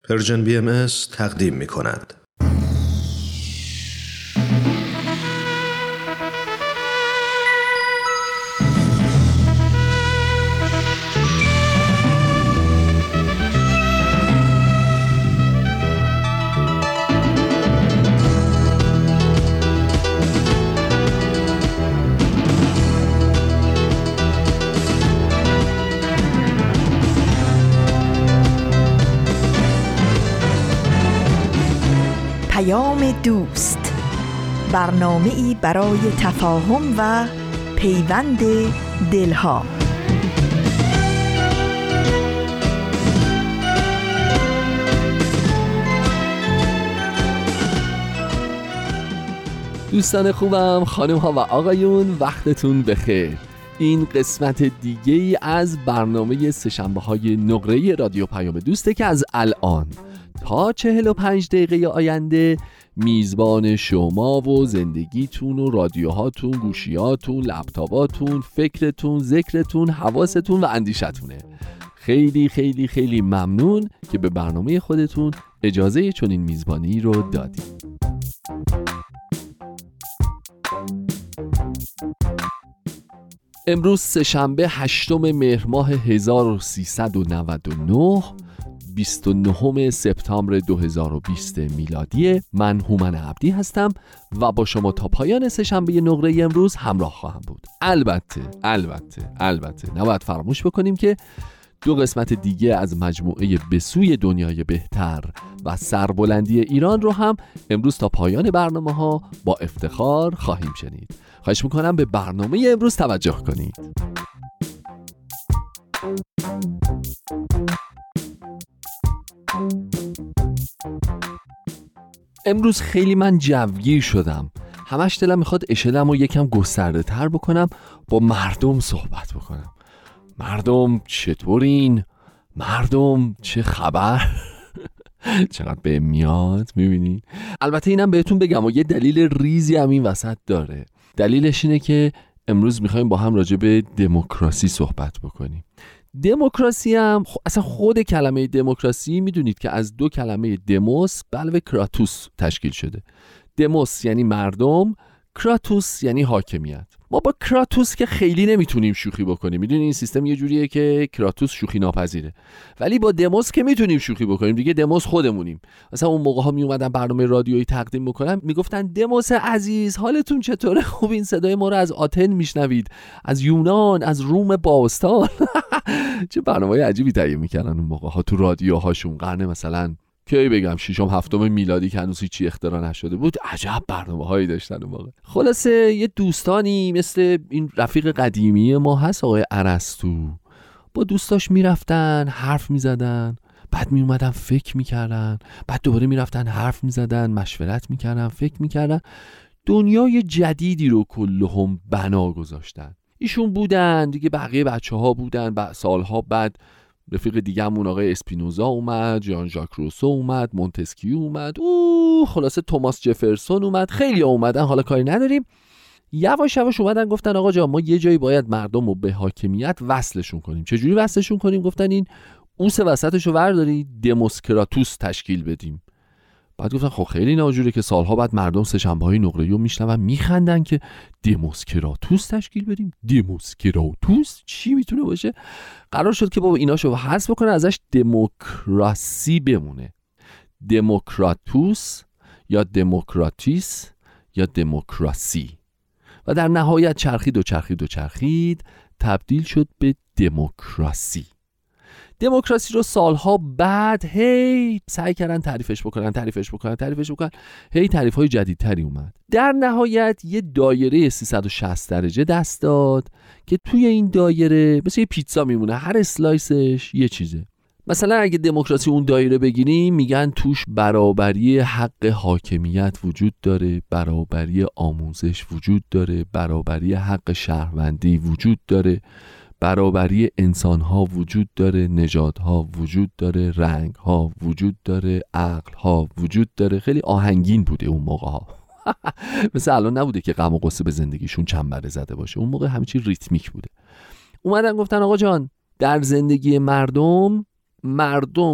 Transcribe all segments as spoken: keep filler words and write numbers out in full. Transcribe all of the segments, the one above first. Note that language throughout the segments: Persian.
پرژن بی ام اس تقدیم می کند. دوست، برنامه‌ای برای تفاهم و پیوند دلها. دوستان خوبم، خانم ها و آقایون، وقتتون بخیر. این قسمت دیگه ای از برنامه سه‌شنبه های نقره رادیو پیام دوسته که از الان تا چهل و پنج دقیقه آینده میزبان شما و زندگیتون و رادیوهاتون، گوشیاتون، لپتاپاتون، فکرتون، ذکرتون، حواستون و اندیشتونه. خیلی خیلی خیلی ممنون که به برنامه خودتون اجازه چنین میزبانی رو دادید. امروز سه‌شنبه هشتم مهر ماه هزار و سیصد و نود و نه، بیست و نهم سپتامبر دو هزار و بیست میلادی. من هومن عبدی هستم و با شما تا پایان سه‌شنبه نقره امروز همراه خواهم بود. البته البته البته نباید فراموش بکنیم که دو قسمت دیگه از مجموعه به سوی دنیای بهتر و سربلندی ایران رو هم امروز تا پایان برنامه ها با افتخار خواهیم شنید. خواهش میکنم به برنامه امروز توجه کنید. امروز خیلی من جوگیر شدم. همش دلم میخواد اشلم رو یکم گسترده تر بکنم، با مردم صحبت بکنم. مردم چطورین؟ مردم چه خبر؟ چقدر به میاد، میبینین؟ البته اینم بهتون بگم و یه دلیل ریزی هم این وسط داره. دلیلش اینه که امروز میخوایم با هم راجع به دموکراسی صحبت بکنیم. دموکراسی هم خ... اصلا خود کلمه دموکراسی میدونید که از دو کلمه دموس بلو کراتوس تشکیل شده. دموس یعنی مردم، کراتوس یعنی حاکمیت. ما با کراتوس که خیلی نمیتونیم شوخی بکنیم، میدونید این سیستم یه جوریه که کراتوس شوخی ناپذیره، ولی با دموس که میتونیم شوخی بکنیم دیگه. دموس خودمونیم. مثلا اون موقع ها می اومدن برنامه رادیویی تقدیم میکنن، میگفتن دموس عزیز حالتون چطوره؟ خوب این صدای ما رو از آتن میشنوید، از یونان، از روم باستان. چه برنامه‌های عجیبی تهیه میکردن اون موقع ها تو رادیوهاشون. قرن مثلا کی بگم ششم هفتم میلادی که هنوز هیچی اختراع نشده بود. عجب برنامه‌هایی داشتن اون موقع. خلاصه یه دوستانی مثل این رفیق قدیمی ما هست آقای ارسطو، با دوستاش میرفتن حرف میزدن، بعد میومدن فکر میکردن، بعد دوباره میرفتن حرف میزدن، مشورت میکردن، فکر میکردن، دنیای جدیدی رو کلهم بنا گذاشتن. ایشون بودن دیگه، بقیه بچه‌ها بودن. بعد سالها بعد رفیق دیگه‌مون آقای اسپینوزا اومد، ژان ژاک روسو اومد، مونتسکیو اومد، او خلاصه توماس جفرسون اومد، خیلی ها اومدن، حالا کاری نداریم. یواش یواش اومدن گفتن آقا جان ما یه جایی باید مردم رو به حاکمیت وصلشون کنیم. چجوری وصلشون کنیم؟ گفتن این اوس وسطشو ورداری دموکراتوس تشکیل بدیم. بعد گفتن خب خیلی ناجوره که سالها بعد مردم سه‌شنبه‌های نقره‌ای میشنون میخندن که دموکراتوس تشکیل بدیم. دموکراتوس چی میتونه باشه؟ قرار شد که بابا ایناشو حذف بکنه، ازش دموکراسی بمونه. دموکراتوس یا دموکراتیس یا دموکراسی. و در نهایت چرخید و چرخید و چرخید تبدیل شد به دموکراسی. دموکراسی رو سالها بعد هی سعی کردن تعریفش بکنن تعریفش بکنن تعریفش بکنن هی تعریف‌های جدیدتری اومد. در نهایت یه دایره سیصد و شصت درجه دست داد که توی این دایره مثل یه پیتزا میمونه، هر اسلایسش یه چیزه. مثلا اگه دموکراسی اون دایره بگیریم، میگن توش برابری حق حاکمیت وجود داره، برابری آموزش وجود داره، برابری حق شهروندی وجود داره، برابری انسان‌ها وجود داره، نژادها وجود داره، رنگ‌ها وجود داره، عقل‌ها وجود داره. خیلی آهنگین بوده اون موقع‌ها. مثل الان نبوده که غم و غصه به زندگیشون چنبره زده باشه. اون موقع همه چی ریتمیک بوده. اومدن گفتن آقا جان در زندگی مردم مردم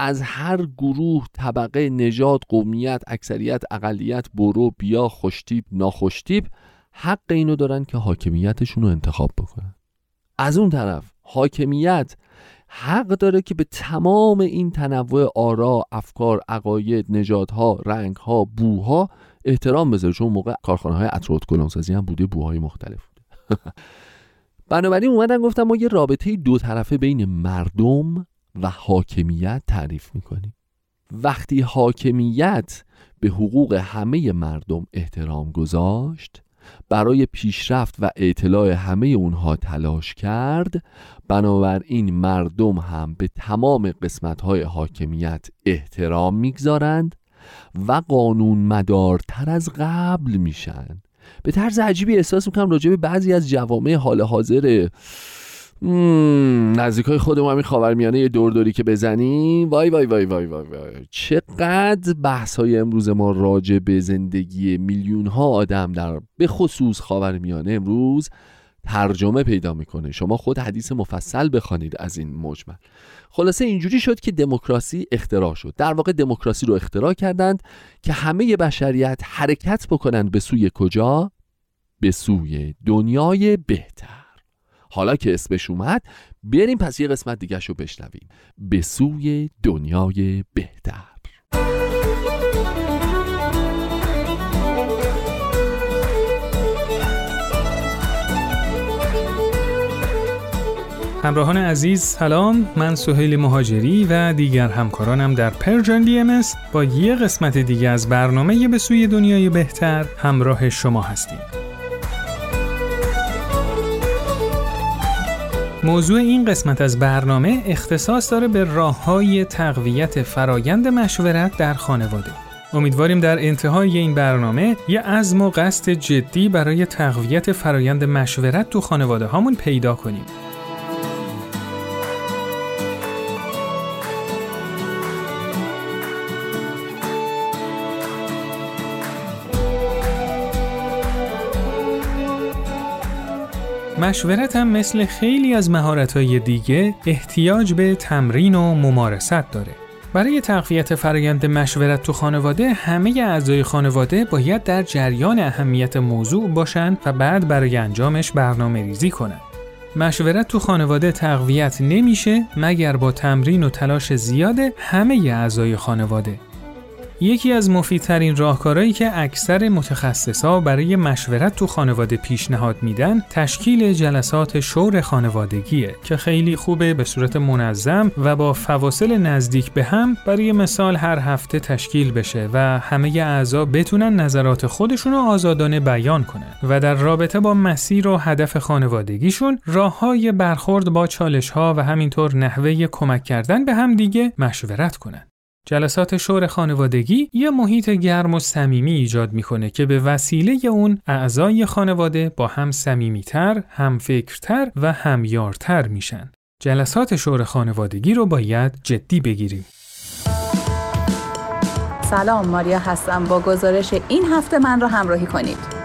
از هر گروه، طبقه، نژاد، قومیت، اکثریت، اقلیت، برو، بیا، خوشتیپ، ناخوشتیپ حق اینو دارن که حاکمیتشون رو انتخاب بکنن. از اون طرف حاکمیت حق داره که به تمام این تنوع آرا، افکار، عقاید، نژادها، رنگها، بوها احترام بذاره، چون موقع کارخانه‌های عطر و ادویه‌سازی هم بوده، بوهای مختلف بوده. بنابراین اومدن گفتم ما یه رابطه دو طرفه بین مردم و حاکمیت تعریف میکنیم. وقتی حاکمیت به حقوق همه مردم احترام گذاشت، برای پیشرفت و اطلاع همه اونها تلاش کرد، بنابراین مردم هم به تمام قسمت‌های حاکمیت احترام میگذارند و قانون مدارتر از قبل میشن. به طرز عجیبی احساس میکنم راجع به بعضی از جوامع حال حاضر نزدیکای خودمون همین خاورمیانه یه دور دوری که بزنیم، وای وای وای وای وای, وای. چقدر بحث‌های امروز ما راجع به زندگی میلیون ها آدم در به خصوص خاورمیانه امروز ترجمه پیدا میکنه. شما خود حدیث مفصل بخوانید از این مجمل. خلاصه اینجوری شد که دموکراسی اختراع شد. در واقع دموکراسی رو اختراع کردند که همه بشریت حرکت بکنند به سوی کجا؟ به سوی دنیای بهتر. حالا که اسمش اومد، بریم پس یه قسمت دیگه شو بشنویم. به سوی دنیای بهتر. همراهان عزیز سلام، من سهیل مهاجری و دیگر همکارانم در پرژن دی ام اس با یه قسمت دیگه از برنامه به سوی دنیای بهتر همراه شما هستیم. موضوع این قسمت از برنامه اختصاص داره به راه‌های تقویت فرایند مشورت در خانواده. امیدواریم در انتهای این برنامه یه عزم و قصد جدی برای تقویت فرایند مشورت تو خانواده هامون پیدا کنیم. مشورت هم مثل خیلی از مهارت‌های دیگه احتیاج به تمرین و ممارست داره. برای تقویت فرآیند مشورت تو خانواده، همه اعضای خانواده باید در جریان اهمیت موضوع باشن و بعد برای انجامش برنامه‌ریزی کنن. مشورت تو خانواده تقویت نمیشه مگر با تمرین و تلاش زیاد همه اعضای خانواده. یکی از مفیدترین راهکارهایی که اکثر متخصصا برای مشورت تو خانواده پیشنهاد میدن تشکیل جلسات شور خانوادگیه که خیلی خوبه به صورت منظم و با فواصل نزدیک به هم، برای مثال هر هفته تشکیل بشه و همه اعضا بتونن نظرات خودشون رو آزادانه بیان کنن و در رابطه با مسیر و هدف خانوادگیشون راههای برخورد با چالش‌ها و همینطور نحوه کمک کردن به هم دیگه مشورت کنن. جلسات شور خانوادگی یه محیط گرم و صمیمی ایجاد میکنه که به وسیله اون اعضای خانواده با هم صمیمیتر، هم فکرتر و همیارتر میشن. جلسات شور خانوادگی رو باید جدی بگیریم. سلام، ماریا هستم. با گزارش این هفته من رو همراهی کنید.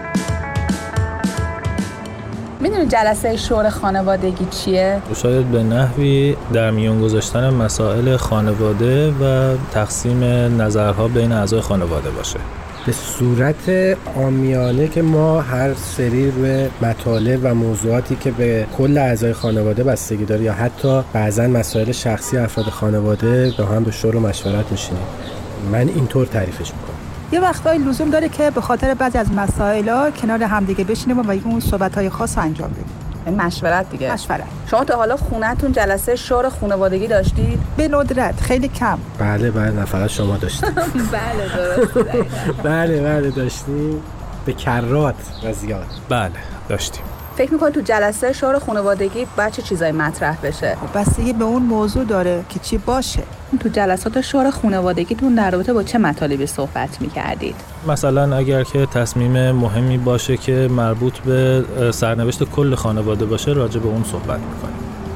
میدونید جلسه شور خانوادگی چیه؟ شاید به نحوی در میون گذاشتن مسائل خانواده و تقسیم نظرها بین اعضای خانواده باشه. به صورت عامیانه که ما هر سری روی مطالب و موضوعاتی که به کل اعضای خانواده بستگی داره یا حتی بعضا مسائل شخصی افراد خانواده با هم به شور و مشورت میشینیم. من اینطور تعریفش میکنم. یه وقتایی لزوم داره که به خاطر بعضی از مسائل‌ها کنار همدیگه بشینیم و اون صحبت‌های خاص انجام بدیم. مشورت دیگه. مشورت. شما تا حالا خونه‌تون جلسه شور خانوادگی داشتید؟ به ندرت، خیلی کم. بله بله، نه فقط شما داشتید. بله درسته. بله بله داشتیم، به کرات و زیاد. بله داشتیم. فکر می‌کنید تو جلسه شور خانوادگی باید چه چیزایی مطرح بشه؟ بستگی به اون موضوع داره که چی باشه. تو جلسات شور خانوادگیتون در رابطه با چه مطالبی صحبت می‌کردید؟ مثلا اگر که تصمیم مهمی باشه که مربوط به سرنوشت کل خانواده باشه، راجع به اون صحبت می‌کنیم.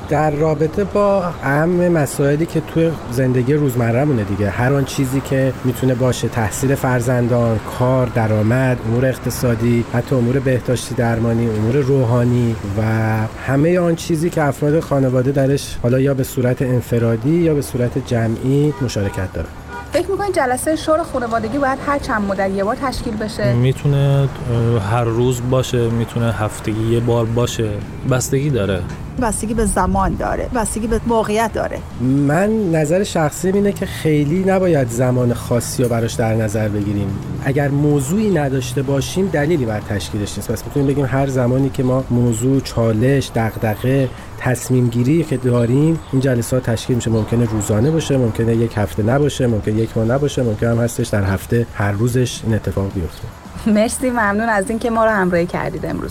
در رابطه با اهم مسائلی که توی زندگی روزمره‌مونه دیگه، هر آن چیزی که میتونه باشه، تحصیل فرزندان، کار، درآمد، امور اقتصادی، حتی امور بهداشتی درمانی، امور روحانی و همه آن چیزی که افراد خانواده درش حالا یا به صورت انفرادی یا به صورت جمعی مشارکت دارن. فکر می‌کنید جلسه شور خانوادگی باید هر چند مدت یه بار تشکیل بشه؟ میتونه هر روز باشه، میتونه هفتگی یه بار باشه، بستگی داره. بستگی به زمان داره، بستگی به موقعیت داره. من نظر شخصی اینه که خیلی نباید زمان خاصی رو براش در نظر بگیریم. اگر موضوعی نداشته باشیم دلیلی بر تشکیلش نیست. پس میتونیم بگیم هر زمانی که ما موضوع، چالش، دغدغه، تصمیم گیری که داریم این جلسات تشکیل میشه. ممکنه روزانه باشه، ممکنه یک هفته نباشه، ممکنه یک ماه نباشه، ممکنه هم هستش در هفته هر روزش این اتفاق بیفته. مرسی، ممنون از اینکه ما رو همراهی کردید امروز.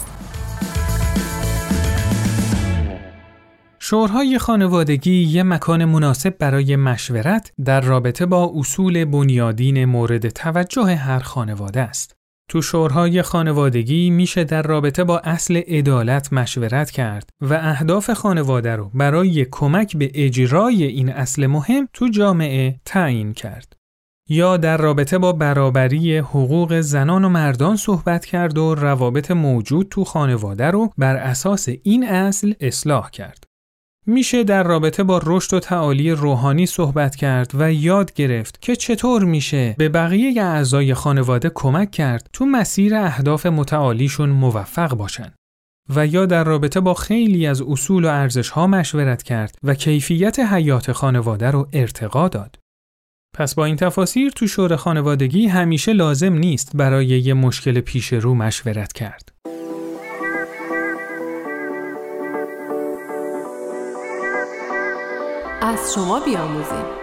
شورهای خانوادگی یه مکان مناسب برای مشورت در رابطه با اصول بنیادین مورد توجه هر خانواده است. تو شورهای خانوادگی میشه در رابطه با اصل عدالت مشورت کرد و اهداف خانواده رو برای کمک به اجرای این اصل مهم تو جامعه تعیین کرد. یا در رابطه با برابری حقوق زنان و مردان صحبت کرد و روابط موجود تو خانواده رو بر اساس این اصل اصلاح کرد. میشه در رابطه با رشد و تعالی روحانی صحبت کرد و یاد گرفت که چطور میشه به بقیه اعضای خانواده کمک کرد تو مسیر اهداف متعالیشون موفق باشن. و یا در رابطه با خیلی از اصول و ارزش‌ها مشورت کرد و کیفیت حیات خانواده رو ارتقا داد. پس با این تفاسیر تو شور خانوادگی همیشه لازم نیست برای یه مشکل پیش رو مشورت کرد. از شما بیاموزیم.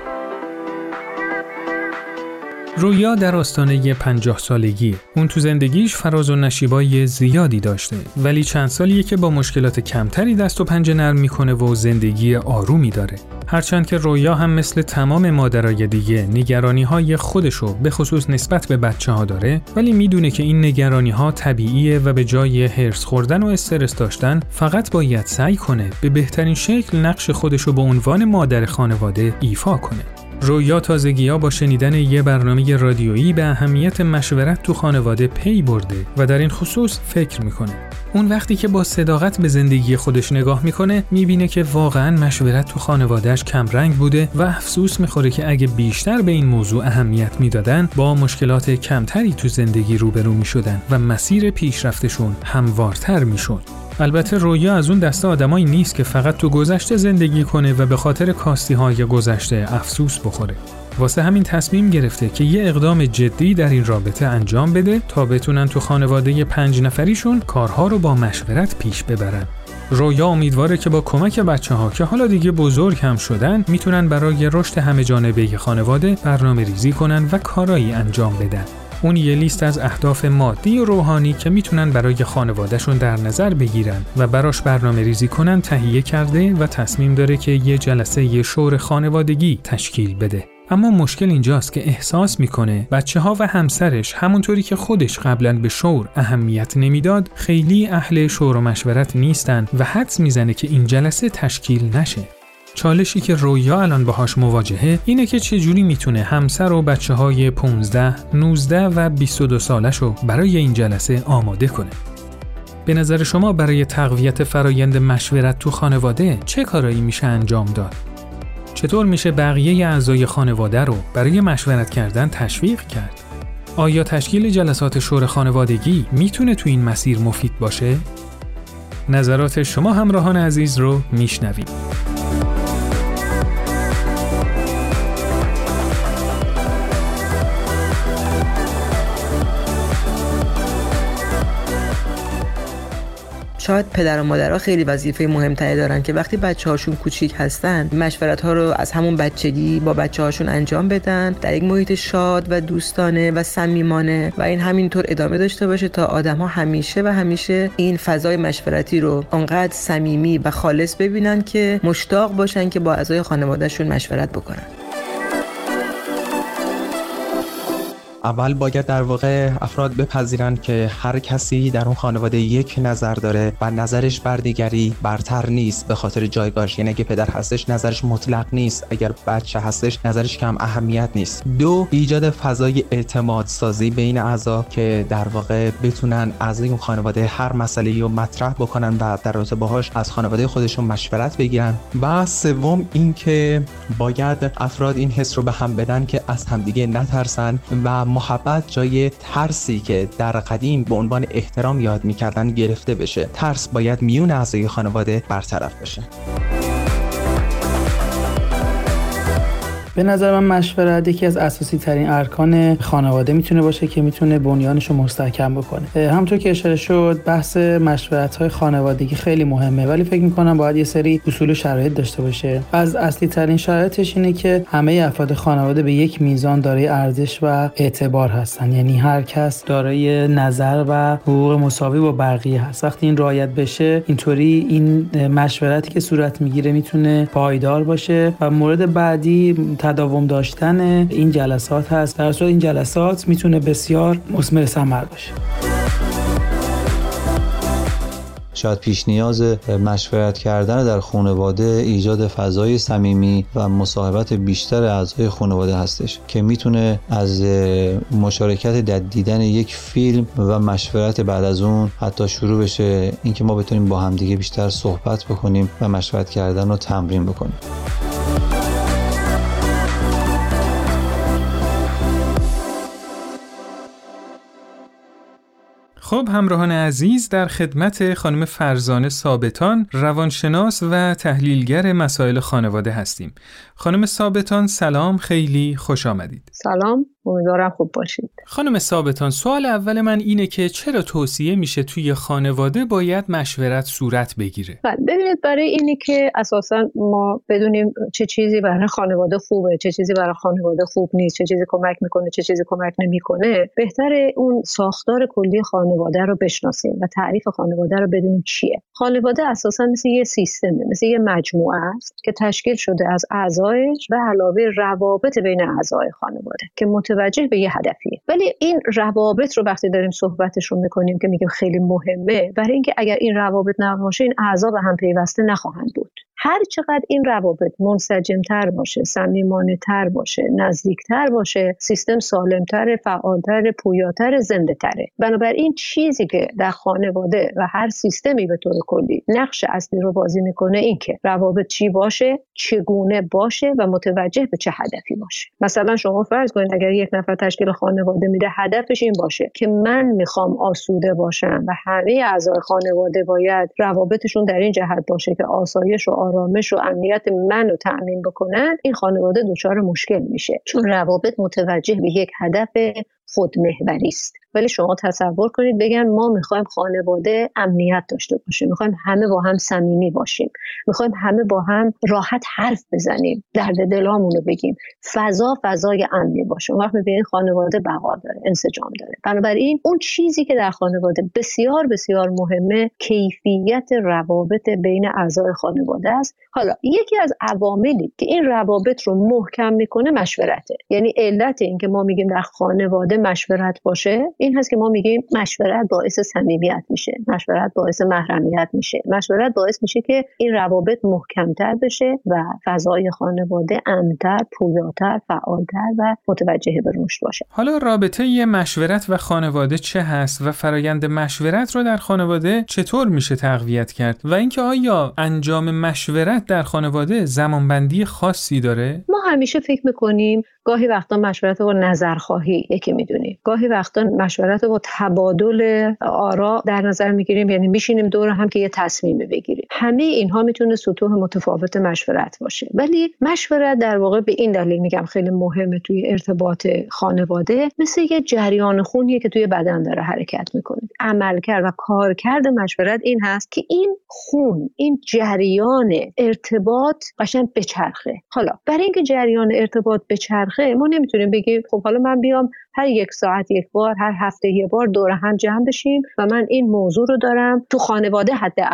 رویا در آستانه پنجاه سالگی. اون تو زندگیش فراز و نشیبای زیادی داشته، ولی چند سالیه که با مشکلات کمتری دست و پنجه نرم میکنه و زندگی آرومی داره. هرچند که رویا هم مثل تمام مادرای دیگه نگرانی‌های خودشو به خصوص نسبت به بچه‌ها داره، ولی میدونه که این نگرانی‌ها طبیعیه و به جای هرس خوردن و استرس داشتن فقط باید سعی کنه به بهترین شکل نقش خودشو به عنوان مادر خانواده ایفا کنه. رویا تازگی‌ها با شنیدن یه برنامه رادیویی به اهمیت مشورت تو خانواده پی برده و در این خصوص فکر میکنه. اون وقتی که با صداقت به زندگی خودش نگاه میکنه میبینه که واقعاً مشورت تو خانوادهش کم رنگ بوده و افسوس میخوره که اگه بیشتر به این موضوع اهمیت میدادن با مشکلات کمتری تو زندگی روبرو میشدن و مسیر پیشرفتشون هموارتر میشد. البته رویا از اون دسته آدمایی نیست که فقط تو گذشته زندگی کنه و به خاطر کاستی‌های گذشته افسوس بخوره. واسه همین تصمیم گرفته که یه اقدام جدی در این رابطه انجام بده تا بتونن تو خانواده پنج نفریشون کارها رو با مشورت پیش ببرن. رویا امیدواره که با کمک بچه‌ها که حالا دیگه بزرگ هم شدن میتونن برای رشد همه جانبه خانواده برنامه ریزی کنن و کارایی انجام بدن. اون یه لیست از اهداف مادی و روحانی که میتونن برای خانوادهشون در نظر بگیرن و براش برنامه ریزی کنن تهیه کرده و تصمیم داره که یه جلسه یه شور خانوادگی تشکیل بده. اما مشکل اینجاست که احساس میکنه بچه‌ها و همسرش همونطوری که خودش قبلا به شور اهمیت نمیداد خیلی اهل شور و مشورت نیستن و حدس میزنه که این جلسه تشکیل نشه. چالشی که رویا الان باهاش مواجهه اینه که چجوری میتونه همسر و بچه‌های پانزده، نوزده و بیست و دو سالشو برای این جلسه آماده کنه. به نظر شما برای تقویت فرایند مشورت تو خانواده چه کارایی میشه انجام داد؟ چطور میشه بقیه اعضای خانواده رو برای مشورت کردن تشویق کرد؟ آیا تشکیل جلسات شور خانوادگی میتونه تو این مسیر مفید باشه؟ نظرات شما همراهان عزیز رو میشنویم. شاید پدر و مادرها خیلی وظیفه مهمتری دارن که وقتی بچه‌هاشون کوچیک هستن مشورت‌ها رو از همون بچگی با بچه‌هاشون انجام بدن در یک محیط شاد و دوستانه و صمیمانه و این همینطور ادامه داشته باشه تا آدم‌ها همیشه و همیشه این فضای مشورتی رو انقدر صمیمی و خالص ببینن که مشتاق باشن که با اعضای خانواده‌شون مشورت بکنن. اول باید در واقع افراد بپذیرن که هر کسی در اون خانواده یک نظر داره و نظرش بر دیگری برتر نیست به خاطر جایگاهش. یعنی اگه پدر هستش نظرش مطلق نیست، اگر بچه هستش نظرش کم اهمیت نیست. دو، ایجاد فضای اعتماد سازی بین اعضا که در واقع بتونن اعضای اون خانواده هر مسئله‌ای رو مطرح بکنن و در رابطه باهاش از خانواده خودشون مشورت بگیرن. و سوم این که باید افراد این حس رو به هم بدن که از همدیگه نترسن و محبت جای ترسی که در قدیم به عنوان احترام یاد می‌کردن گرفته بشه. ترس باید میون اعضای خانواده برطرف بشه. به نظر من مشورت یکی از اساسی ترین ارکان خانواده میتونه باشه که میتونه بنیانش رو مستحکم بکنه. همونطور که اشاره شد بحث مشورت های خانوادگی خیلی مهمه، ولی فکر میکنم باید یه سری اصول و شرایط داشته باشه. از اصلی ترین شرایطش اینه که همه افراد خانواده به یک میزان دارای ارزش و اعتبار هستن، یعنی هر کس دارای نظر و حقوق مساوی با بقیه هست. وقتی این رعایت بشه اینطوری این مشورتی که صورت میگیره میتونه پایدار باشه. و مورد بعدی تداوم داشتن این جلسات هست. در صورت این جلسات میتونه بسیار مثمر ثمر باشه. شاید پیش نیاز مشورت کردن در خانواده ایجاد فضای صمیمی و مصاحبت بیشتر اعضای خانواده هستش که میتونه از مشارکت در دیدن یک فیلم و مشورت بعد از اون حتی شروع بشه اینکه ما بتونیم با همدیگه بیشتر صحبت بکنیم و مشورت کردن رو تمرین بکنیم. خب همراهان عزیز، در خدمت خانم فرزانه ثابتان، روانشناس و تحلیلگر مسائل خانواده هستیم. خانم ثابتان سلام، خیلی خوش آمدید. سلام، امیدوارم خوب باشید. خانم ثابتان، سوال اول من اینه که چرا توصیه میشه توی خانواده باید مشورت صورت بگیره؟ ببینید، برای اینه که اساساً ما بدونیم چه چیزی برای خانواده خوبه، چه چیزی برای خانواده خوب نیست، چه چیزی کمک میکنه، چه چیزی کمک نمیکنه. بهتره اون ساختار کلی خانواده رو بشناسیم و تعریف خانواده رو بدونیم چیه. خانواده اساساً مثل یه سیستمه، مثل یه مجموعه است که تشکیل شده از اعضایش و علاوه روابط بین اعضای خانواده که متوجه به یه هدفیه. ولی این روابط رو وقتی داریم صحبتشون میکنیم که میگیم خیلی مهمه، برای اینکه اگر این روابط نباشه این اعضا به هم پیوسته نخواهند بود. هر چقدر این روابط منسجم‌تر باشه، صمیمانه‌تر باشه، نزدیکتر باشه، سیستم سالمتر، فعالتر، پویاتر، زنده‌تره. بنابراین چیزی که در خانواده و هر سیستمی به طور کلی نقش اصلی رو بازی میکنه این که روابط چی باشه، چگونه باشه و متوجه به چه هدفی باشه. مثلا شما فرض کنید اگر یک نفر تشکیل خانواده میده، هدفش این باشه که من میخوام آسوده باشم و همه اعضای خانواده باید روابطشون در این جهت باشه که آسایش و آرامش و امنیت منو تأمین بکنن، این خانواده دچار مشکل میشه، چون روابط متوجه به یک هدف خودمحوری است. ولی شما تصور کنید بگن ما میخوایم خانواده امنیت داشته باشه، میخوایم همه با هم صمیمی باشیم، میخوایم همه با هم راحت حرف بزنیم، درد دلامون رو بگیم، فضا فضای امنی باشه. اون وقت میبینید خانواده بقا داره، انسجام داره. بنابراین اون چیزی که در خانواده بسیار بسیار مهمه، کیفیت روابط بین اعضای خانواده است. حالا یکی از عواملی که این روابط رو محکم میکنه مشورته. یعنی علت این که ما میگیم در خانواده مشورت باشه این هست که ما میگیم مشورت باعث صمیمیت میشه، مشورت باعث محرمیت میشه، مشورت باعث میشه که این روابط محکمتر بشه و فضای خانواده امن‌تر، پویاتر، فعالتر و متوجه به رشد باشه. حالا رابطه یه مشورت و خانواده چه هست و فرایند مشورت رو در خانواده چطور میشه تقویت کرد و اینکه آیا انجام مشورت در خانواده زمانبندی خاصی داره؟ ما همیشه فکر میکنیم گاهی وقتا مشورت با نظرخواهی یکی میدونیم، گاهی وقتا مشورت با تبادل آرا در نظر میگیریم، یعنی میشینیم دور هم که یه تصمیم بگیریم. همه اینها میتونه سطوح متفاوت مشورت باشه، ولی مشورت در واقع به این دلیل میگم خیلی مهمه توی ارتباط خانواده، مثل یه جریان خونیه که توی بدن داره حرکت میکنه. عملکرد و کارکرد مشورت این هست که این خون، این جریان ارتباط قشنگ بچرخه. حالا برای اینکه جریان ارتباط بچرخه ما نمیتونیم بگیم خب حالا من بیام هر یک ساعت یک بار، هر هفته یک بار دور هم جمع بشیم و من این موضوع رو دارم تو خانواده حداقل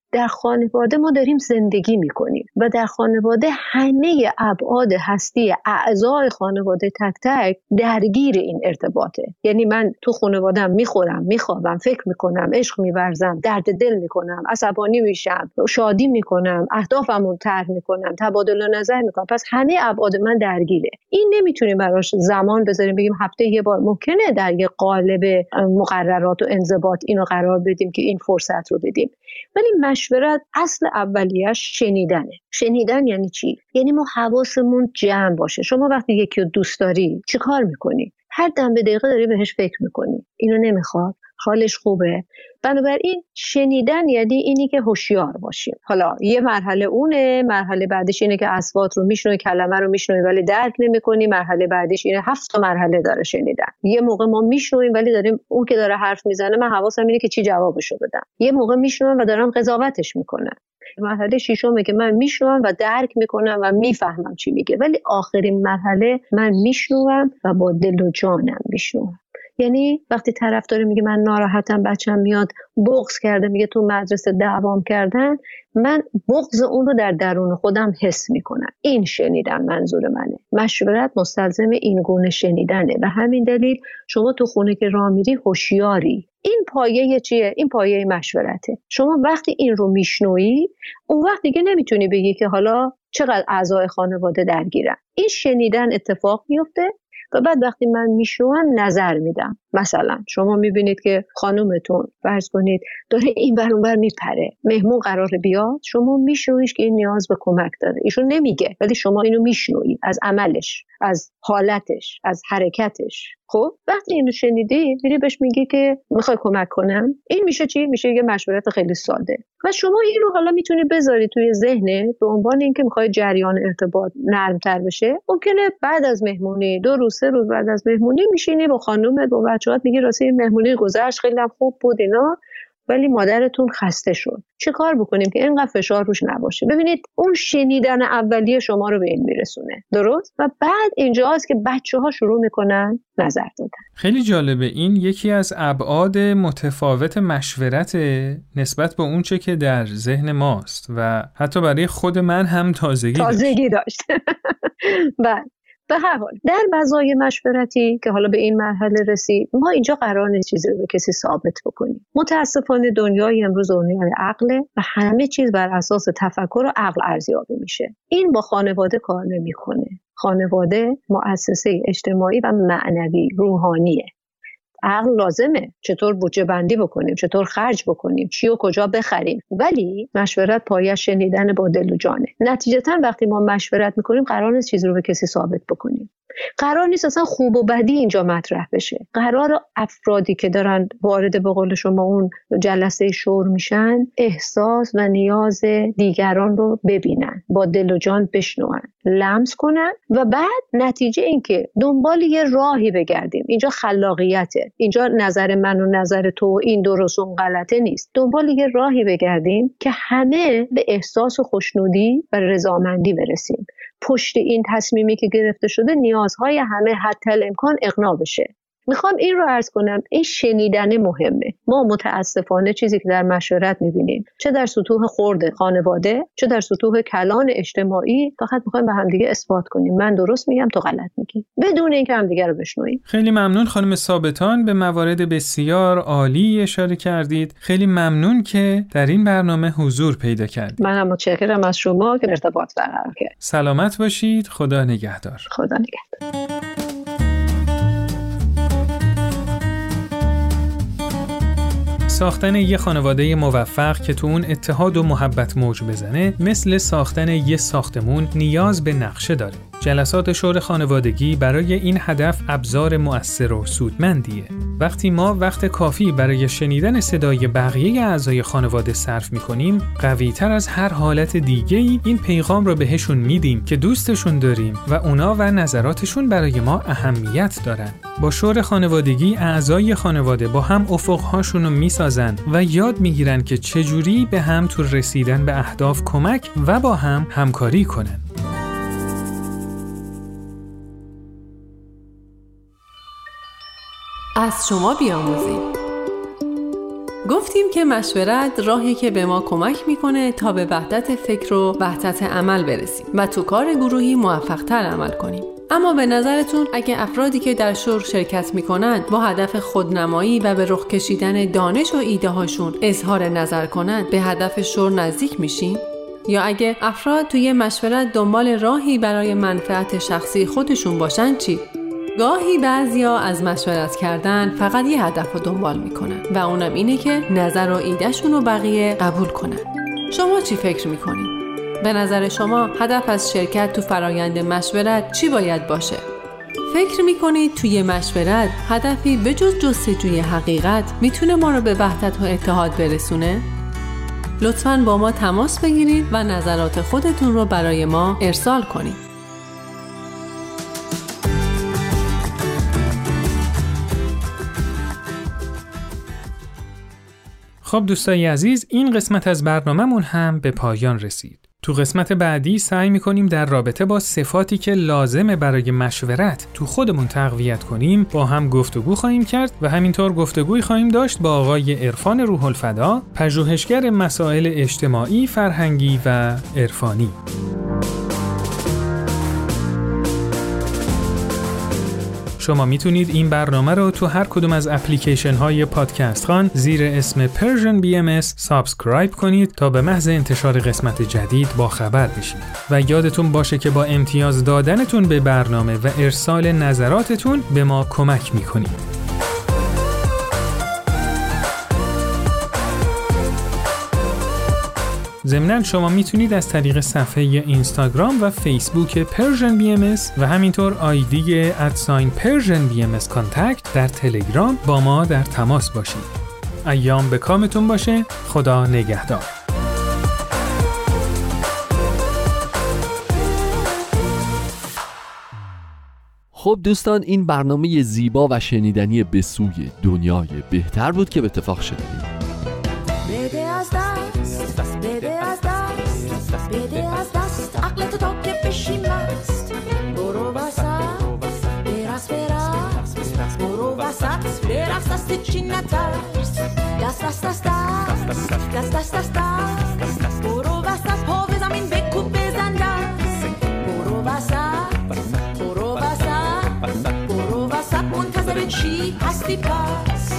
در خانواده ما داریم زندگی میکنیم و در خانواده همه ابعاد هستی اعضای خانواده تک تک درگیر این ارتباطه. یعنی من تو خانواده‌ام میخورم، میخوابم، فکر میکنم، عشق میورزم، درد دل میکنم، عصبانی میشم، شادی میکنم، اهدافمو طرح میکنم، تبادل نظر میکنم. پس همه ابعاد من درگیره. این نمیتونیم براش زمان بذاریم بگیم هفته یه بار. ممکنه در یه قالب مقررات و انضباط اینو قرار بدیم که این فرصت رو بدیم، ولی مشورت اصل اولیش شنیدنه. شنیدن یعنی چی؟ یعنی ما حواسمون جمع باشه. شما وقتی یکی رو دوست داری چی کار میکنی؟ هر دم به دقیقه داری بهش فکر میکنی، اینو نمیخواد، حالش خوبه. بنابراین شنیدن یعنی اینی که هوشیار باشیم. حالا یه مرحله اونه، مرحله بعدش اینه که اصوات رو میشنوی، کلمه رو میشنوی ولی درک نمیکنی. مرحله بعدش اینه، هفت تا مرحله داره شنیدن. یه موقع ما میشنویم ولی داریم اون که داره حرف میزنه من حواسم اینه که چی جوابشو بدم. یه موقع میشنوم و دارم قضاوتش میکنم. مرحله ششمه که من میشنوم و درک میکنم و میفهمم چی میگه. ولی آخرین مرحله من میشنوم و با دل و جانم میشنوم. یعنی وقتی طرفدار میگه من ناراحتم، بچم میاد بغض کرده، میگه تو مدرسه دعوام کردن، من بغض اون رو در درون خودم حس میکنم. این شنیدن منظور منه. مشورت مستلزم این گونه شنیدنه. و همین دلیل شما تو خونه که راه میری هوشیاری. این پایه چیه؟ این پایه مشورته. شما وقتی این رو میشنوی، اون وقت دیگه نمیتونی بگی که حالا چقدر اعضای خانواده درگیرن. این شنیدن اتفاق میفته و بعد وقتی من میشنوم نظر میدم. مثلا شما میبینید که خانومتون فرض کنید داره این ور اون ور میپره، مهمون قراره بیاد، شما میشنویش که این نیاز به کمک داره. ایشون نمیگه ولی شما اینو میشنوید، از عملش، از حالتش، از حرکتش. خب وقتی اینو شنیدی میری بهش میگی که میخوای کمک کنم. این میشه چی؟ میشه یه مشورت خیلی ساده. و شما این رو حالا میتونی بذاری توی ذهنت به عنوان اینکه میخوای جریان ارتباط نرمتر بشه. ممکنه بعد از مهمونی دو روز سه روز بعد از مهمونی میشینی با خانومت با بچه‌هات میگی راستی این مهمونی گذشت خیلی خوب بود اینا، ولی مادرتون خسته شد. چه کار بکنیم که اینقدر فشار روش نباشه؟ ببینید اون شنیدن اولیه شما رو به این میرسونه. درست؟ و بعد اینجاست که بچه‌ها شروع میکنن نظر دادن. خیلی جالبه. این یکی از ابعاد متفاوت مشورت نسبت به اون چه که در ذهن ماست و حتی برای خود من هم تازگی تازگی داشت. بعد به هر حال در مزایای مشورتی که حالا به این مرحله رسید، ما اینجا قرار نیست چیزی رو به کسی ثابت بکنیم. متاسفانه دنیای امروز دنیای عقله و همه چیز بر اساس تفکر و عقل ارزیابی میشه. این با خانواده کار نمیکنه. خانواده مؤسسه اجتماعی و معنوی روحانیه. عقل لازمه، چطور بودجه بندی بکنیم، چطور خرج بکنیم، چی و کجا بخریم، ولی مشورت پایه‌اش شنیدن با دل و جانه. نتیجتاً وقتی ما مشورت میکنیم قرار نیست چیزی رو به کسی ثابت بکنیم. قرار نیست اصلا خوب و بدی اینجا مطرح بشه. قرار افرادی که دارن وارد به قول شما اون جلسه شور میشن احساس و نیاز دیگران رو ببینن، با دل و جان بشنون، لمس کنن و بعد نتیجه این که دنبال یه راهی بگردیم. اینجا خلاقیته. اینجا نظر من و نظر تو این درست و غلطه نیست. دنبال یه راهی بگردیم که همه به احساس و خوشنودی و رضامندی برسیم. پشت این تصمیمی که گرفته شده نیازهای همه حتی الامکان اقناع بشه. میخوام این رو عرض کنم، این شنیدن مهمه. ما متاسفانه چیزی که در مشورت میبینیم، چه در سطوح خرد خانواده، چه در سطوح کلان اجتماعی، فقط میخوایم به همدیگه اثبات کنیم من درست میگم تو غلط میگی، بدون اینکه همدیگه رو بشنویم. خیلی ممنون خانم ثابتان، به موارد بسیار عالی اشاره کردید. خیلی ممنون که در این برنامه حضور پیدا کردید. منم متشکرم از شما که ارتباط برقرار کردید. سلامت باشید. خدا نگهدار. خدا نگهدار. ساختن یه خانواده موفق که تو اون اتحاد و محبت موج بزنه مثل ساختن یه ساختمون نیاز به نقشه داره. جلسات شور خانوادگی برای این هدف ابزار مؤثر و سودمندیه. وقتی ما وقت کافی برای شنیدن صدای بقیه اعضای خانواده صرف می‌کنیم، قوی‌تر از هر حالت دیگه‌ای این پیغام رو بهشون میدیم که دوستشون داریم و اونا و نظراتشون برای ما اهمیت دارن. با شور خانوادگی اعضای خانواده با هم افق‌هاشون رو می‌سازن و یاد می‌گیرن که چجوری به هم تو رسیدن به اهداف کمک و با هم همکاری کنن. از شما بیاموزیم. گفتیم که مشورت راهی که به ما کمک میکنه تا به وحدت فکر و وحدت عمل برسیم و تو کار گروهی موفق‌تر عمل کنیم. اما به نظرتون اگه افرادی که در شور شرکت میکنند با هدف خودنمایی و به رخ کشیدن دانش و ایده هاشون اظهار نظر کنند به هدف شور نزدیک میشیم؟ یا اگه افراد توی مشورت دنبال راهی برای منفعت شخصی خودشون باشن چی؟ گاهی بعضیا از مشورت کردن فقط یه هدف رو دنبال میکنن و اونم اینه که نظر و ایدهشون رو بقیه قبول کنن. شما چی فکر میکنید؟ به نظر شما هدف از شرکت تو فرایند مشورت چی باید باشه؟ فکر میکنید توی مشورت هدفی به جز جستجوی حقیقت میتونه ما رو به وحدت و اتحاد برسونه؟ لطفاً با ما تماس بگیرید و نظرات خودتون رو برای ما ارسال کنید. خب دوستای عزیز، این قسمت از برنامه‌مون هم به پایان رسید. تو قسمت بعدی سعی می‌کنیم در رابطه با صفاتی که لازمه برای مشورت تو خودمون تقویت کنیم با هم گفتگو خواهیم کرد و همینطور گفتگوی خواهیم داشت با آقای عرفان روح الفدا، پژوهشگر مسائل اجتماعی، فرهنگی و عرفانی. شما میتونید این برنامه رو تو هر کدوم از اپلیکیشن های پادکست خان زیر اسم پرژن بی ام اس سابسکرایب کنید تا به محض انتشار قسمت جدید با خبر بشید و یادتون باشه که با امتیاز دادنتون به برنامه و ارسال نظراتتون به ما کمک میکنید. ضمناً شما میتونید از طریق صفحه اینستاگرام و فیسبوک پرژن بی ام اس و همینطور آیدی ادساین پرژن بی ام اس کانتکت در تلگرام با ما در تماس باشید. ایام به کامتون باشه. خدا نگهدار. خب دوستان، این برنامه زیبا و شنیدنی به سوی دنیای بهتر بود که به اتفاق شنیدیم. بده از دست، بده از دست، بده از دست عقلتو تا که بشی مست. برو وسط، برس برس، برو وسط، برس دست چی نترس. دست دست دست دست، دست دست دست دست، برو وسط، پا به زمین بکوب بزن دست. برو وسط، برو وسط، برو وسط، منتظر چی هستی پس؟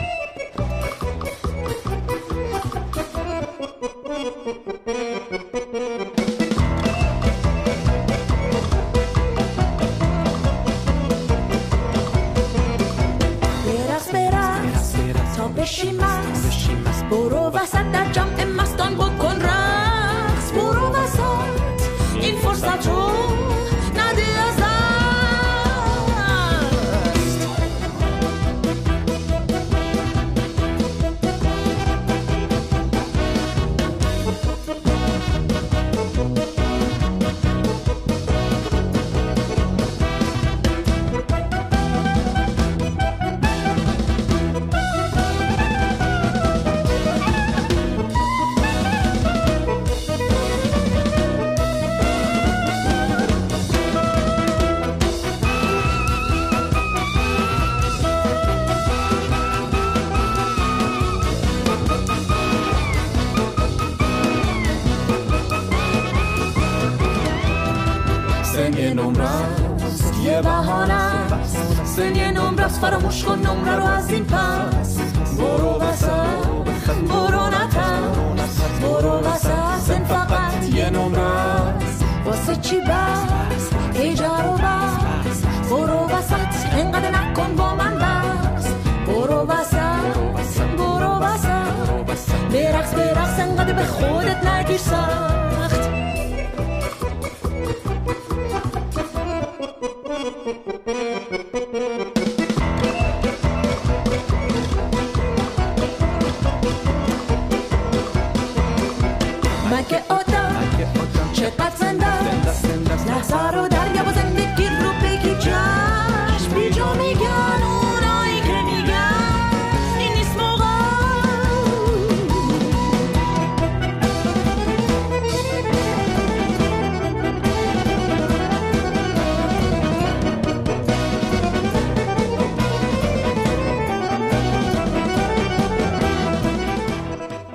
بشی مست، برو وسط در جمع مستان بکن رقص. برو وسط، این فرصت رو نده از دست. سن نمره است یه بهانه است، سن یه نمره است، فراموش کن نمره رو از این پس. برو وسط، برو نترس، برو وسط، سن فقط یه نمره است. واسه چی بس، هیجا رو بس. برو وسط، انقدر نکن با من بس. برو وسط، برو وسط، برقص برقص، انقدر به خودت نگیر سخت. مگه آدم چقدر زنده است، لحظه رو دریا با زندگی رو بگی جشن. بی جا میگن اونایی که میگن این نیست موقع.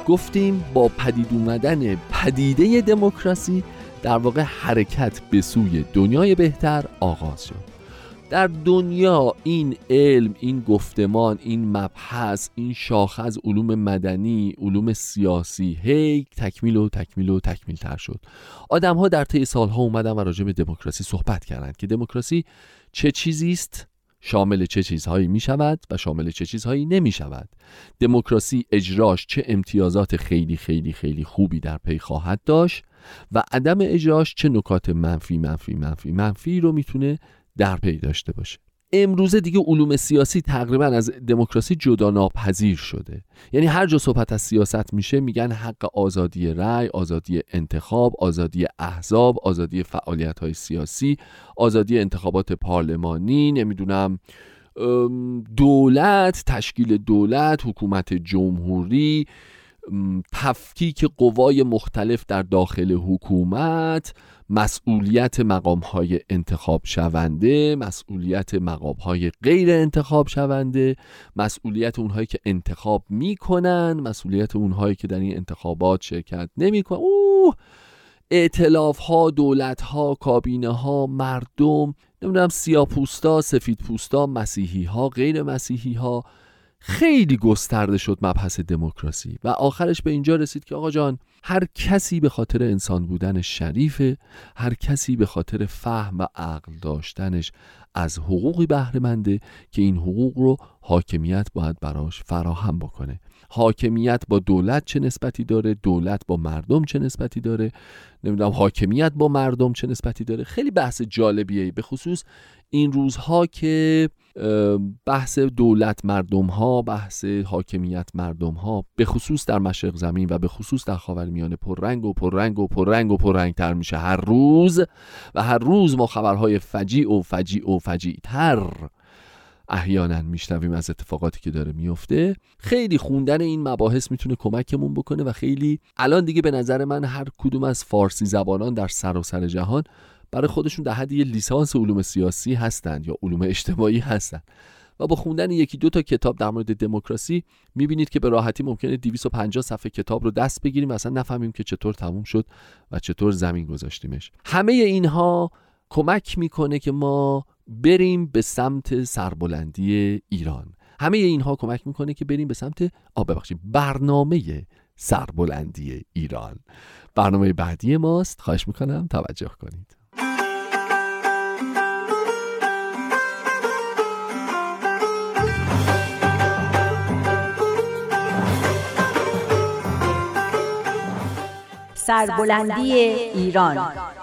گفتیم با پدید اومدن پدیده دموکراسی در واقع حرکت به سوی دنیای بهتر آغاز شد. در دنیا این علم، این گفتمان، این مبحث، این شاخه از علوم مدنی، علوم سیاسی هی تکمیل و تکمیل و تکمیل تر شد. آدم ها در طی سالها اومدن و راجع به دموکراسی صحبت کردند که دموکراسی چه چیزی است، شامل چه چیزهایی می شود و شامل چه چیزهایی نمی شود. دموکراسی اجراش چه امتیازات خیلی خیلی خیلی خوبی در پی خواهد داشت و عدم اجراش چه نکات منفی منفی منفی منفی رو میتونه در پی داشته باشه. امروزه دیگه علوم سیاسی تقریبا از دموکراسی جدا ناپذیر شده. یعنی هر جا صحبت از سیاست میشه میگن حق آزادی رأی، آزادی انتخاب، آزادی احزاب، آزادی فعالیت‌های سیاسی، آزادی انتخابات پارلمانی، نمیدونم دولت، تشکیل دولت، حکومت جمهوری، تفکیک قوای مختلف در داخل حکومت، مسئولیت مقام‌های انتخاب شونده، مسئولیت مقام‌های غیر انتخاب شونده، مسئولیت اونهایی که انتخاب میکنن، مسئولیت اونهایی که در این انتخابات شرکت نمیکنن، اوه ائتلاف‌ها، دولت‌ها، کابینه‌ها، مردم، نمیدونم سیاه‌پوستا، سفیدپوستا، مسیحی‌ها، غیر مسیحی‌ها. خیلی گسترده شد مبحث دموکراسی و آخرش به اینجا رسید که آقا جان، هر کسی به خاطر انسان بودن شریفه، هر کسی به خاطر فهم و عقل داشتنش از حقوقی بهره منده که این حقوق رو حاکمیت باید براش فراهم بکنه. حاکمیت با دولت چه نسبتی داره، دولت با مردم چه نسبتی داره، نمیدونم حاکمیت با مردم چه نسبتی داره. خیلی بحث جالبیه، به خصوص این روزها که بحث دولت مردم ها، بحث حاکمیت مردم ها به خصوص در مشرق زمین و به خصوص در خاورمیانه پررنگ و پررنگ و پررنگ و پررنگ تر میشه هر روز و هر روز ما خبرهای فجیع و فجیع و فجیع تر احیانا میشنویم از اتفاقاتی که داره میفته. خیلی خوندن این مباحث میتونه کمکمون بکنه و خیلی الان دیگه به نظر من هر کدوم از فارسی زبانان در سراسر جهان برای خودشون در حد یه لیسانس علوم سیاسی هستند یا علوم اجتماعی هستند و با خوندن یکی دو تا کتاب در مورد دموکراسی میبینید که به راحتی ممکنه دویست و پنجاه صفحه کتاب رو دست بگیریم و اصلا نفهمیم که چطور تموم شد و چطور زمین گذاشتیمش. همه اینها کمک میکنه که ما بریم به سمت سربلندی ایران. همه اینها کمک میکنه که بریم به سمت آ ببخشید برنامه سربلندی ایران. برنامه بعدی ماست، خواهش میکنم توجه کنید. سربلندی ایران.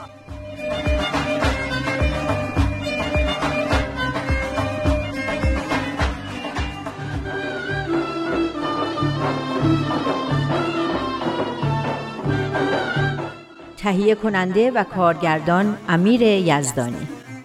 تهیه کننده و کارگردان امیر یزدانی.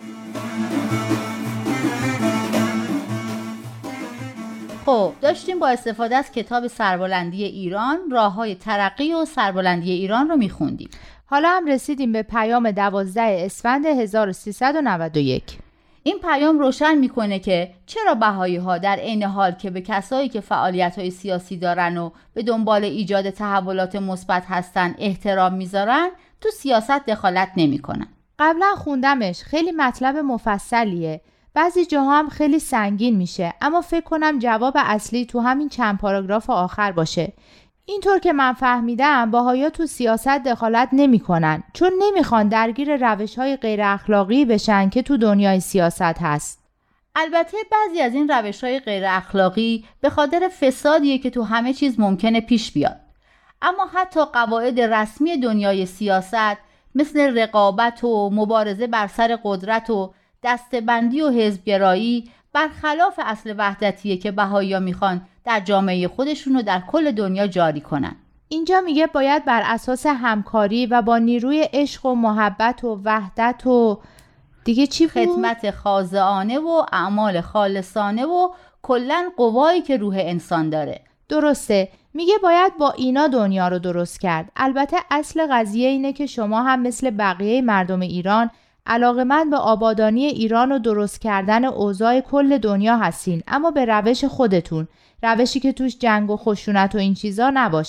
خب داشتیم با استفاده از کتاب سربلندی ایران راه‌های ترقی و سربلندی ایران رو میخوندیم. حالا هم رسیدیم به پیام دوازده اسفند هزار و سیصد و نود و یک. این پیام روشن میکنه که چرا بهایی‌ها در عین حال که به کسایی که فعالیت‌های سیاسی دارن و به دنبال ایجاد تحولات مثبت هستن احترام میذارن، تو سیاست دخالت نمیکنن. قبلا خوندمش، خیلی مطلب مفصلیه. بعضی جاها هم خیلی سنگین میشه، اما فکر کنم جواب اصلی تو همین چند پاراگراف آخر باشه. اینطور که من فهمیدم بهائی‌ها تو سیاست دخالت نمی‌کنن، چون نمیخوان درگیر روش‌های غیر اخلاقی بشن که تو دنیای سیاست هست. البته بعضی از این روش‌های غیر اخلاقی به خاطر فسادیه که تو همه چیز ممکنه پیش بیاد. اما حتی قواعد رسمی دنیای سیاست مثل رقابت و مبارزه بر سر قدرت و دسته‌بندی و حزب‌گرایی برخلاف اصل وحدتیه که بهائی‌ها میخوان در جامعه خودشون رو در کل دنیا جاری کنن. اینجا میگه باید بر اساس همکاری و با نیروی عشق و محبت و وحدت و دیگه چی بود؟ خدمت خاضعانه و اعمال خالصانه و کلاً قوایی که روح انسان داره. درسته، میگه باید با اینا دنیا رو درست کرد. البته اصل قضیه اینه که شما هم مثل بقیه مردم ایران علاقه‌مند به آبادانی ایران و درست کردن اوضاع کل دنیا هستین، اما به روش خودتون، روشی که توش جنگ و خشونت و این چیزا نباشه.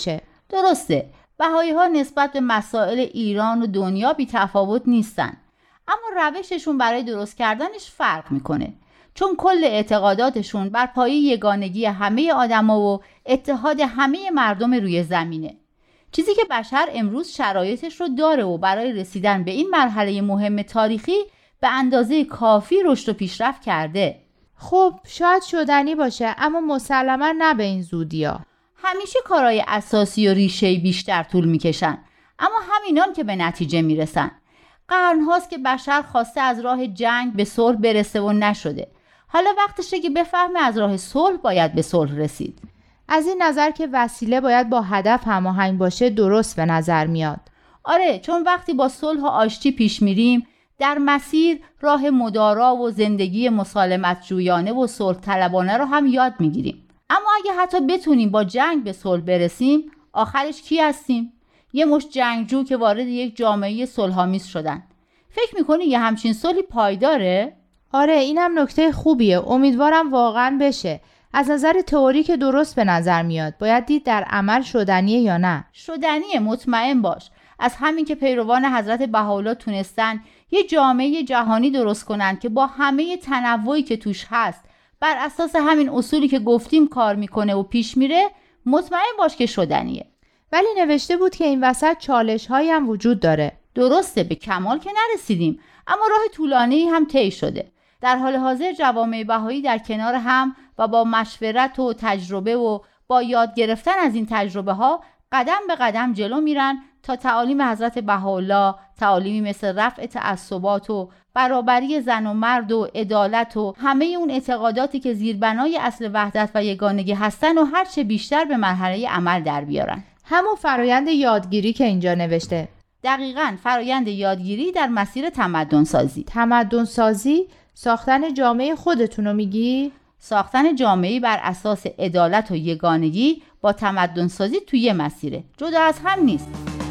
درسته بهایی ها نسبت به مسائل ایران و دنیا بی تفاوت نیستن، اما روششون برای درست کردنش فرق میکنه، چون کل اعتقاداتشون بر پایه یگانگی همه آدما و اتحاد همه مردم روی زمینه. چیزی که بشر امروز شرایطش رو داره و برای رسیدن به این مرحله مهم تاریخی به اندازه کافی رشد و پیشرفت کرده. خب شاید شدنی باشه، اما مسلما نه به این زودیا. همیشه کارهای اساسی و ریشه‌ای بیشتر طول میکشن، اما همینان که به نتیجه میرسن. قرن‌هاست که بشر خواسته از راه جنگ به صلح برسه و نشده. حالا وقتشه که بفهمه از راه صلح باید به صلح رسید. از این نظر که وسیله باید با هدف هماهنگ باشه درست به نظر میاد. آره، چون وقتی با صلح و آشتی پیش میریم، در مسیر راه مدارا و زندگی مسالمت جویانه و صلح طلبانه رو هم یاد میگیریم. اما اگه حتی بتونیم با جنگ به صلح برسیم، آخرش کی هستیم؟ یه مشت جنگجو که وارد یک جامعه صلح‌آمیز شدن. فکر میکنی یه همچین صلحی پایداره؟ آره، اینم نکته خوبیه. امیدوارم واقعا بشه. از نظر تئوری که درست به نظر میاد. باید دید در عمل شدنیه یا نه. شدنیه، مطمئن باش. از همین که پیروان حضرت بهاءالله تونستن یه جامعه جهانی درست کنن که با همه تنوعی که توش هست بر اساس همین اصولی که گفتیم کار میکنه و پیش میره، مطمئن باش که شدنیه. ولی نوشته بود که این وسط چالش هایی هم وجود داره. درسته، به کمال که نرسیدیم، اما راه طولانی هم طی شده. در حال حاضر جوامع بهایی در کنار هم و با مشورت و تجربه و با یاد گرفتن از این تجربه ها قدم به قدم جلو میرن تا تعالیم حضرت بهاءالله، تعالیمی مثل رفع تعصبات و برابری زن و مرد و عدالت و همه اون اعتقاداتی که زیربنای اصل وحدت و یگانگی هستن و هرچه بیشتر به مرحله عمل در بیارن. همون فرایند یادگیری که اینجا نوشته. دقیقاً، فرایند یادگیری در مسیر تمدن سازی. تمدن سازی؟ ساختن جامعه خودتونو میگی؟ ساختن جامعه‌ای بر اساس عدالت و یگانگی با تمدن سازی توی یه مسیره، جدا از هم نیست.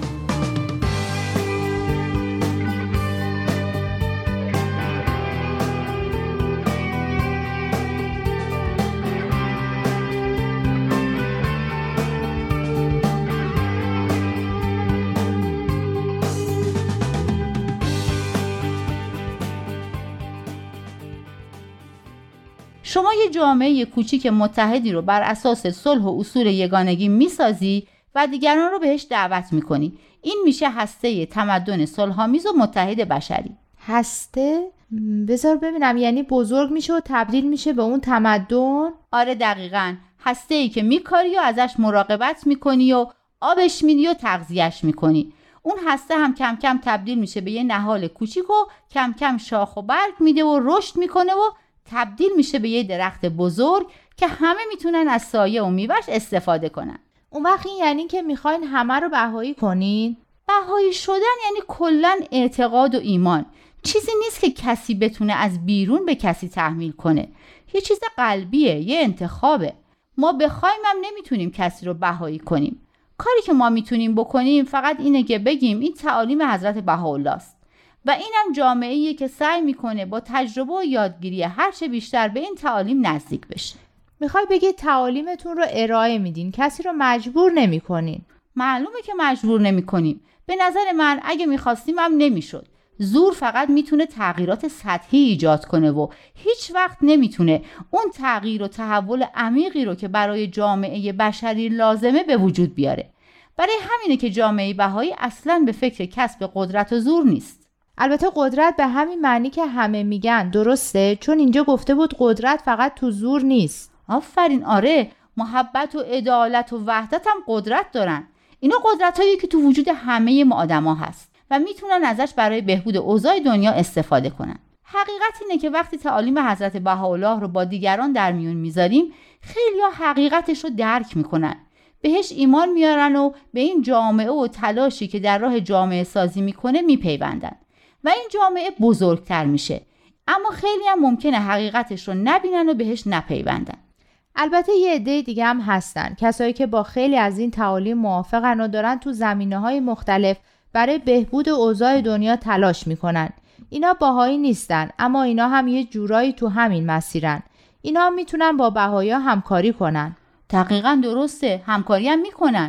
شما یه جامعه کوچیک متحدی رو بر اساس صلح و اصول یگانگی میسازی و دیگران رو بهش دعوت میکنی. این میشه هسته تمدن صلح‌آمیز و متحد بشری. هسته؟ بذار ببینم، یعنی بزرگ میشه و تبدیل میشه به اون تمدن؟ آره دقیقاً، هسته‌ای که میکاری و ازش مراقبت میکنی و آبش میدی و تغذیه‌اش میکنی. اون هسته هم کم کم تبدیل میشه به یه نهال کوچیک و کم کم شاخ و برگ میده و رشد میکنه و تبدیل میشه به یه درخت بزرگ که همه میتونن از سایه و میوه‌اش استفاده کنن. اون وقت این یعنی که میخواین همه رو بهایی کنین؟ بهایی شدن یعنی کلاً اعتقاد و ایمان. چیزی نیست که کسی بتونه از بیرون به کسی تحمیل کنه. یه چیز قلبیه، یه انتخابه. ما بخوایم هم نمیتونیم کسی رو بهایی کنیم. کاری که ما میتونیم بکنیم فقط اینه که بگیم این تعالیم حضرت بهاءالله است. و اینم جامعه‌ایه که سعی میکنه با تجربه و یادگیری هرچه بیشتر به این تعالیم نزدیک بشه. میخوای بگی تعالیمتون رو ارائه میدین، کسی رو مجبور نمیکنین؟ معلومه که مجبور نمیکنیم. به نظر من اگه میخواستیم هم نمیشد. زور فقط میتونه تغییرات سطحی ایجاد کنه و هیچ وقت نمیتونه اون تغییر و تحول عمیقی رو که برای جامعه بشری لازمه به وجود بیاره. برای همینه که جامعه بهایی اصلاً به فکر کسب قدرت و زور نیست. البته قدرت به همین معنی که همه میگن درسته، چون اینجا گفته بود قدرت فقط تو زور نیست. آفرین، آره، محبت و عدالت و وحدت هم قدرت دارن. اینا قدرتایی که تو وجود همه ما آدما هست و میتونن ازش برای بهبود اوضاع دنیا استفاده کنن. حقیقت اینه که وقتی تعالیم حضرت بهاءالله رو با دیگران در میون میذاریم، خیلی‌ها حقیقتش رو درک میکنن، بهش ایمان میارن و به این جامعه و تلاشی که در راه جامعه سازی میکنه میپیوندن و این جامعه بزرگتر میشه. اما خیلی هم ممکنه حقیقتش رو نبینن و بهش نپیوندن. البته یه عده دیگه هم هستن، کسایی که با خیلی از این تعالیم موافقن و دارن تو زمینه‌های مختلف برای بهبود اوضاع دنیا تلاش میکنن. اینا بهایی نیستن، اما اینا هم یه جورایی تو همین مسیرن. اینا هم میتونن با بهایی‌ها همکاری کنن. دقیقاً درسته، همکاری هم میکنن.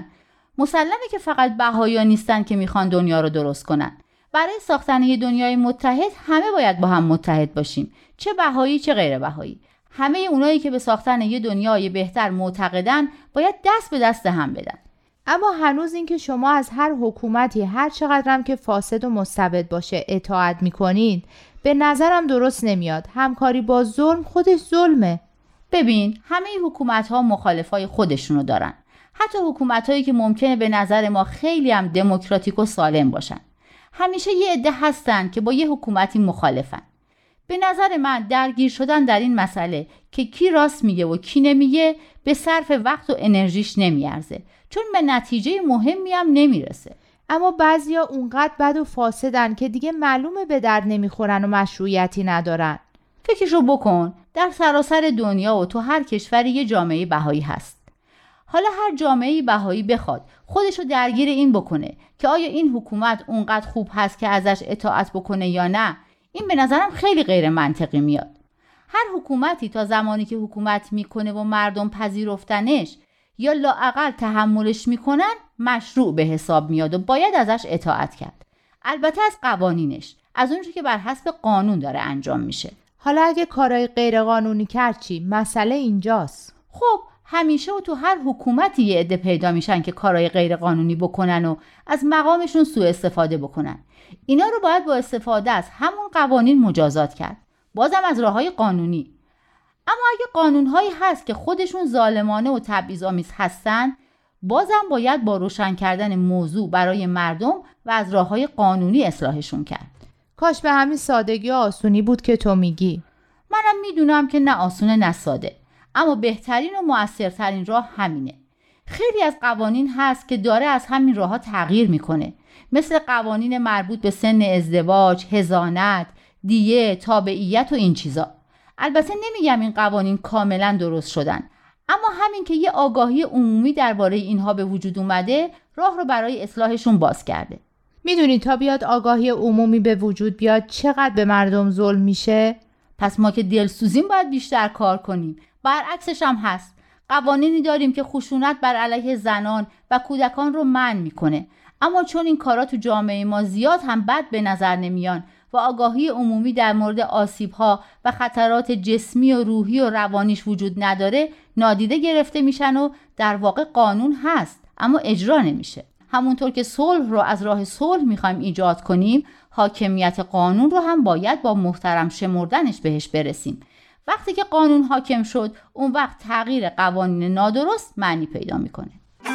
مسلمه که فقط بهائیان نیستن که میخوان دنیا رو درست کنن. برای ساختن یه دنیای متحد همه باید با هم متحد باشیم، چه بهایی چه غیر بهایی. همه اونایی که به ساختن یه دنیای بهتر معتقدن باید دست به دست هم بدن. اما هنوز این که شما از هر حکومتی هر چقدرم که فاسد و مستبد باشه اطاعت میکنید به نظرم درست نمیاد. همکاری با ظلم خودش ظلمه. ببین، همه حکومت‌ها مخالفای خودشونو دارن. حتی حکومت‌هایی که ممکنه به نظر ما خیلی هم دموکراتیک و سالم باشن. همیشه یه عده هستن که با یه حکومتی مخالفن. به نظر من درگیر شدن در این مسئله که کی راست میگه و کی نمیگه به صرف وقت و انرژیش نمیارزه، چون به نتیجه مهمی هم نمیرسه. اما بعضیا اونقدر بد و فاسدن که دیگه معلومه به درد نمیخورن و مشروعیتی ندارن. فکرشو بکن، در سراسر دنیا و تو هر کشوری یه جامعه بهایی هست. حالا هر جامعه بهایی بخواد خودشو درگیر این بکنه که آیا این حکومت اونقدر خوب هست که ازش اطاعت بکنه یا نه، این به نظرم خیلی غیر منطقی میاد. هر حکومتی تا زمانی که حکومت میکنه و مردم پذیرفتنش یا لااقل تحملش میکنن مشروع به حساب میاد و باید ازش اطاعت کرد. البته از قوانینش، از اونجوری که بر حسب قانون داره انجام میشه. حالا اگه کارهای غیر قانونی کرد چی؟ مسئله اینجاست. خب همیشه و تو هر حکومتی یه عده پیدا میشن که کارهای غیر قانونی بکنن و از مقامشون سوء استفاده بکنن. اینا رو باید با استفاده از همون قوانین مجازات کرد، بازم از راههای قانونی. اما اگه قانونهایی هست که خودشون ظالمانه و تبعیض‌آمیز هستن، بازم باید با روشن کردن موضوع برای مردم و از راههای قانونی اصلاحشون کرد. کاش به همین سادگی و آسونی بود که تو میگی. منم میدونم که نه آسونه نه ساده، اما بهترین و مؤثرترین راه همینه. خیلی از قوانین هست که داره از همین راهها تغییر میکنه، مثل قوانین مربوط به سن ازدواج، حضانت، دیه، تابعیت و این چیزا. البته نمیگم این قوانین کاملا درست شدن، اما همین که یه آگاهی عمومی درباره اینها به وجود اومده راه رو برای اصلاحشون باز کرده. میدونی تا بیاد آگاهی عمومی به وجود بیاد چقدر به مردم ظلم میشه؟ پس ما که دلسوزیم باید بیشتر کار کنیم. برعکسش هم هست. قوانینی داریم که خشونت بر علیه زنان و کودکان رو منع میکنه، اما چون این کارا تو جامعه ما زیاد هم بد به نظر نمیان و آگاهی عمومی در مورد آسیب‌ها و خطرات جسمی و روحی و روانیش وجود نداره، نادیده گرفته میشن و در واقع قانون هست اما اجرا نمیشه. همونطور که صلح رو از راه صلح میخوایم ایجاد کنیم، حاکمیت قانون رو هم باید با محترم شمردنش بهش برسیم. وقتی که قانون حاکم شد، اون وقت تغییر قوانین نادرست معنی پیدا میکنه.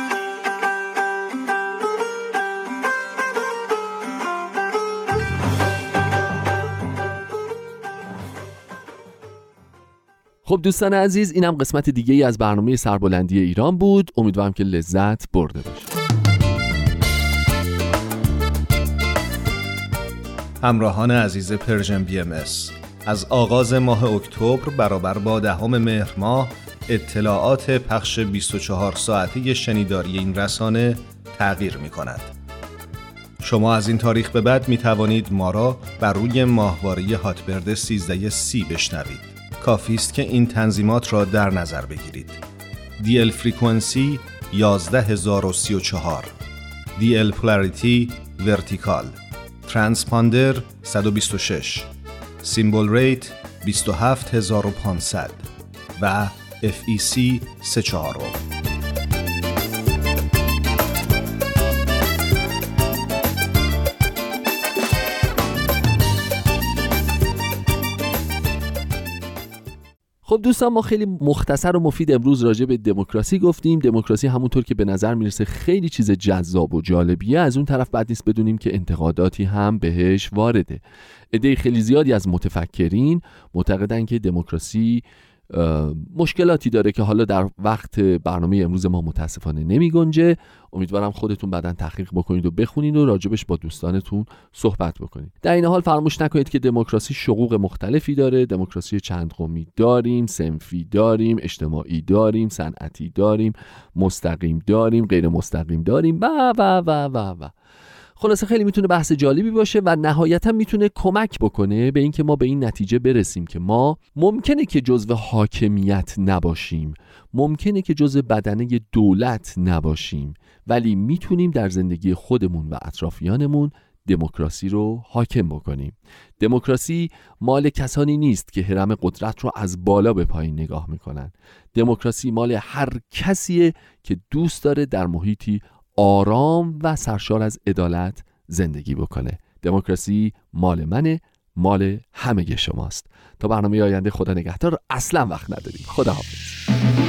خب دوستان عزیز، اینم قسمت دیگه ای از برنامه سربلندی ایران بود. امیدوارم که لذت برده باشید. همراهان عزیز پرژن بی ام اس، از آغاز ماه اکتبر برابر با دهم مهر ماه اطلاعات پخش بیست و چهار ساعته شنیداری این رسانه تغییر می کند. شما از این تاریخ به بعد می توانید ما را بر روی ماهواره هاتبرد سیزده سی بشنوید. کافی است که این تنظیمات را در نظر بگیرید. دی ال فرکانسی یازده هزار و سی و چهار، دی ال پولاریتی ورتیکال، ترانسپاندر صد و بیست و شش، سیمبل ریت بیست و هفت هزار و پانصد و اف ای سی سه چهار. خب دوستان، ما خیلی مختصر و مفید امروز راجع به دموکراسی گفتیم. دموکراسی همونطور که به نظر میرسه خیلی چیز جذاب و جالبیه، از اون طرف بد نیست بدونیم که انتقاداتی هم بهش وارده. عده خیلی زیادی از متفکرین معتقدن که دموکراسی مشکلاتی داره که حالا در وقت برنامه امروز ما متاسفانه نمی گنجه. امیدوارم خودتون بعداً تحقیق بکنید و بخونید و راجبش با دوستانتون صحبت بکنید. در این حال فراموش نکنید که دموکراسی شقوق مختلفی داره. دموکراسی چند قومی داریم، صنفی داریم، اجتماعی داریم، صنعتی داریم، مستقیم داریم، غیر مستقیم داریم و و و و و خلاصه خیلی میتونه بحث جالبی باشه و نهایتا میتونه کمک بکنه به اینکه ما به این نتیجه برسیم که ما ممکنه که جزو حاکمیت نباشیم، ممکنه که جزو بدنه دولت نباشیم، ولی میتونیم در زندگی خودمون و اطرافیانمون دموکراسی رو حاکم بکنیم. دموکراسی مال کسانی نیست که هرم قدرت رو از بالا به پایین نگاه میکنن. دموکراسی مال هر کسیه که دوست داره در محیطی آرام و سرشار از عدالت زندگی بکنه. دموکراسی مال منه، مال همه شماست. تا برنامه آینده، خدا نگهدار. اصلا وقت نداریم. خدا حافظ.